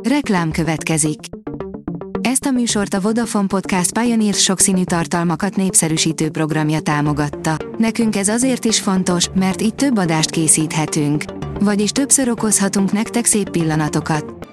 Reklám következik. Ezt a műsort a Vodafone Podcast Pioneer sokszínű tartalmakat népszerűsítő programja támogatta. Nekünk ez azért is fontos, mert így több adást készíthetünk. Vagyis többször okozhatunk nektek szép pillanatokat.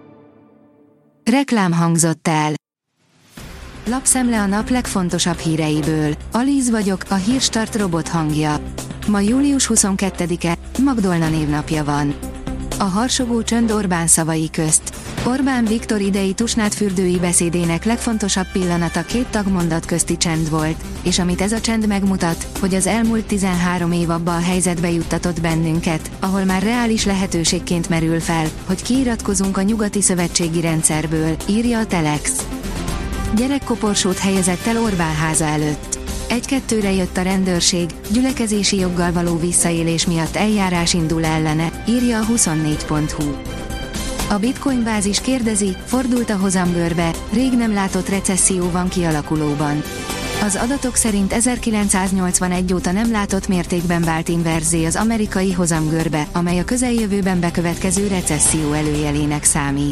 Reklám hangzott el. Lapszemle a nap legfontosabb híreiből. Alíz vagyok, a Hírstart robot hangja. Ma július 22-e, Magdolna névnapja van. A harsogó csönd Orbán szavai közt. Orbán Viktor idei Tusnádfürdői beszédének legfontosabb pillanata két tagmondat közti csend volt, és amit ez a csend megmutat, hogy az elmúlt 13 év abba a helyzetbe juttatott bennünket, ahol már reális lehetőségként merül fel, hogy kiiratkozunk a nyugati szövetségi rendszerből, írja a Telex. Gyerekkoporsót helyezett el Orbán háza előtt. 1-2-re jött a rendőrség, gyülekezési joggal való visszaélés miatt eljárás indul ellene, írja a 24.hu. A Bitcoin bázis kérdezi, fordult a hozamgörbe, rég nem látott recesszió van kialakulóban. Az adatok szerint 1981 óta nem látott mértékben vált inverzé az amerikai hozamgörbe, amely a közeljövőben bekövetkező recesszió előjelének számít.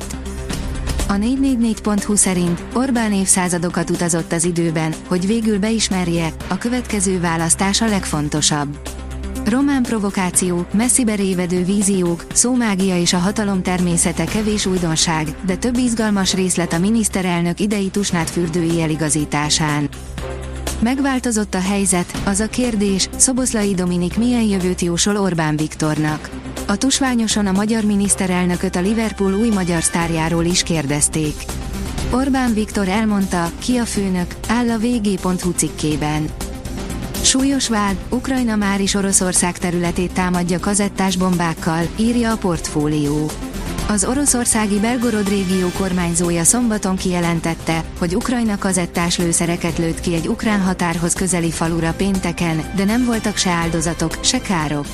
A 444.hu szerint Orbán évszázadokat utazott az időben, hogy végül beismerje, a következő választás a legfontosabb. Román provokáció, messzibe révedő víziók, szómágia és a hatalom természete kevés újdonság, de több izgalmas részlet a miniszterelnök idei Tusnádfürdői eligazításán. Megváltozott a helyzet, az a kérdés, Szoboszlai Dominik milyen jövőt jósol Orbán Viktornak. A tusványoson a magyar miniszterelnököt a Liverpool új magyar sztárjáról is kérdezték. Orbán Viktor elmondta, ki a főnök, áll a vg.hu cikkében. Súlyos vád, Ukrajna már is Oroszország területét támadja kazettás bombákkal, írja a Portfólió. Az oroszországi Belgorod régió kormányzója szombaton kijelentette, hogy Ukrajna kazettás lőszereket lőtt ki egy ukrán határhoz közeli falura pénteken, de nem voltak se áldozatok, se károk.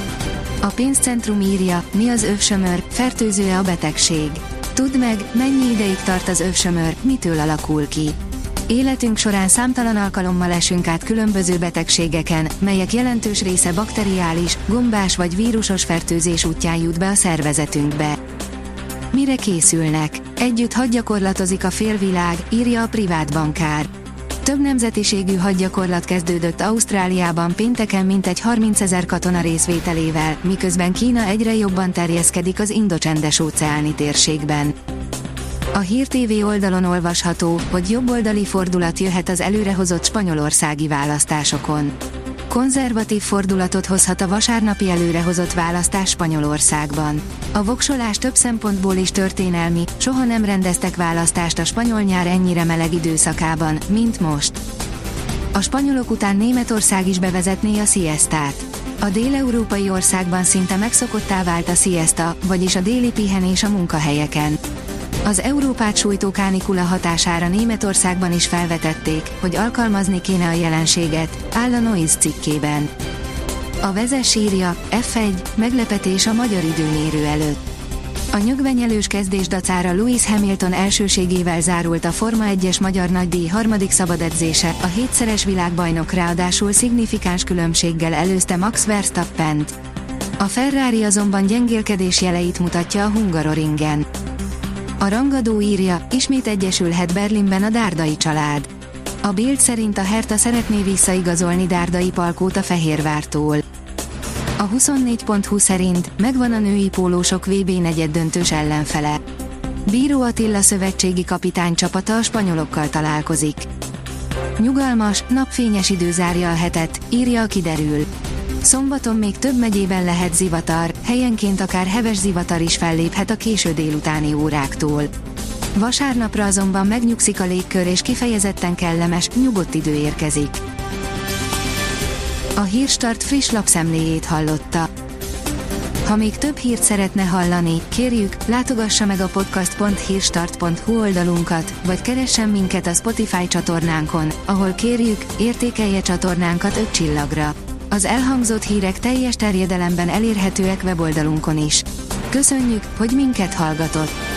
A pénzcentrum írja, mi az övsömör, fertőző-e a betegség. Tudd meg, mennyi ideig tart az övsömör, mitől alakul ki. Életünk során számtalan alkalommal esünk át különböző betegségeken, melyek jelentős része bakteriális, gombás vagy vírusos fertőzés útján jut be a szervezetünkbe. Mire készülnek? Együtt hadgyakorlatozik a félvilág, írja a privát bankár. Több nemzetiségű hadgyakorlat kezdődött Ausztráliában pénteken mintegy 30 000 katona részvételével, miközben Kína egyre jobban terjeszkedik az Indo-csendes-óceáni térségben. A Hír TV oldalon olvasható, hogy jobboldali fordulat jöhet az előrehozott spanyolországi választásokon. Konzervatív fordulatot hozhat a vasárnapi előrehozott választás Spanyolországban. A voksolás több szempontból is történelmi, soha nem rendeztek választást a spanyol nyár ennyire meleg időszakában, mint most. A spanyolok után Németország is bevezetné a siestát. A déleurópai országban szinte megszokottá vált a siesta, vagyis a déli pihenés a munkahelyeken. Az Európát sújtó kánikula hatására Németországban is felvetették, hogy alkalmazni kéne a jelenséget, áll a Noise cikkében. A Vezes írja, F1, meglepetés a magyar időmérő előtt. A nyögvenyelős kezdés dacára Lewis Hamilton elsőségével zárult a Forma 1-es magyar nagydíj harmadik szabadedzése, a 7-szeres világbajnok ráadásul szignifikáns különbséggel előzte Max Verstappent. A Ferrari azonban gyengélkedés jeleit mutatja a Hungaroringen. A rangadó írja, ismét egyesülhet Berlinben a Dárdai család. A Bild szerint a Hertha szeretné visszaigazolni Dárdai Palkót a Fehérvártól. A 24.hu szerint megvan a női pólósok VB negyeddöntős ellenfele. Bíró Attila szövetségi kapitány csapata a spanyolokkal találkozik. Nyugalmas, napfényes idő zárja a hetet, írja a Kiderül. Szombaton még több megyében lehet zivatar, helyenként akár heves zivatar is felléphet a késő délutáni óráktól. Vasárnapra azonban megnyugszik a légkör és kifejezetten kellemes, nyugodt idő érkezik. A Hírstart friss lapszemléjét hallotta. Ha még több hírt szeretne hallani, kérjük, látogassa meg a podcast.hírstart.hu oldalunkat, vagy keressen minket a Spotify csatornánkon, ahol kérjük, értékelje csatornánkat 5 csillagra. Az elhangzott hírek teljes terjedelemben elérhetőek weboldalunkon is. Köszönjük, hogy minket hallgatott!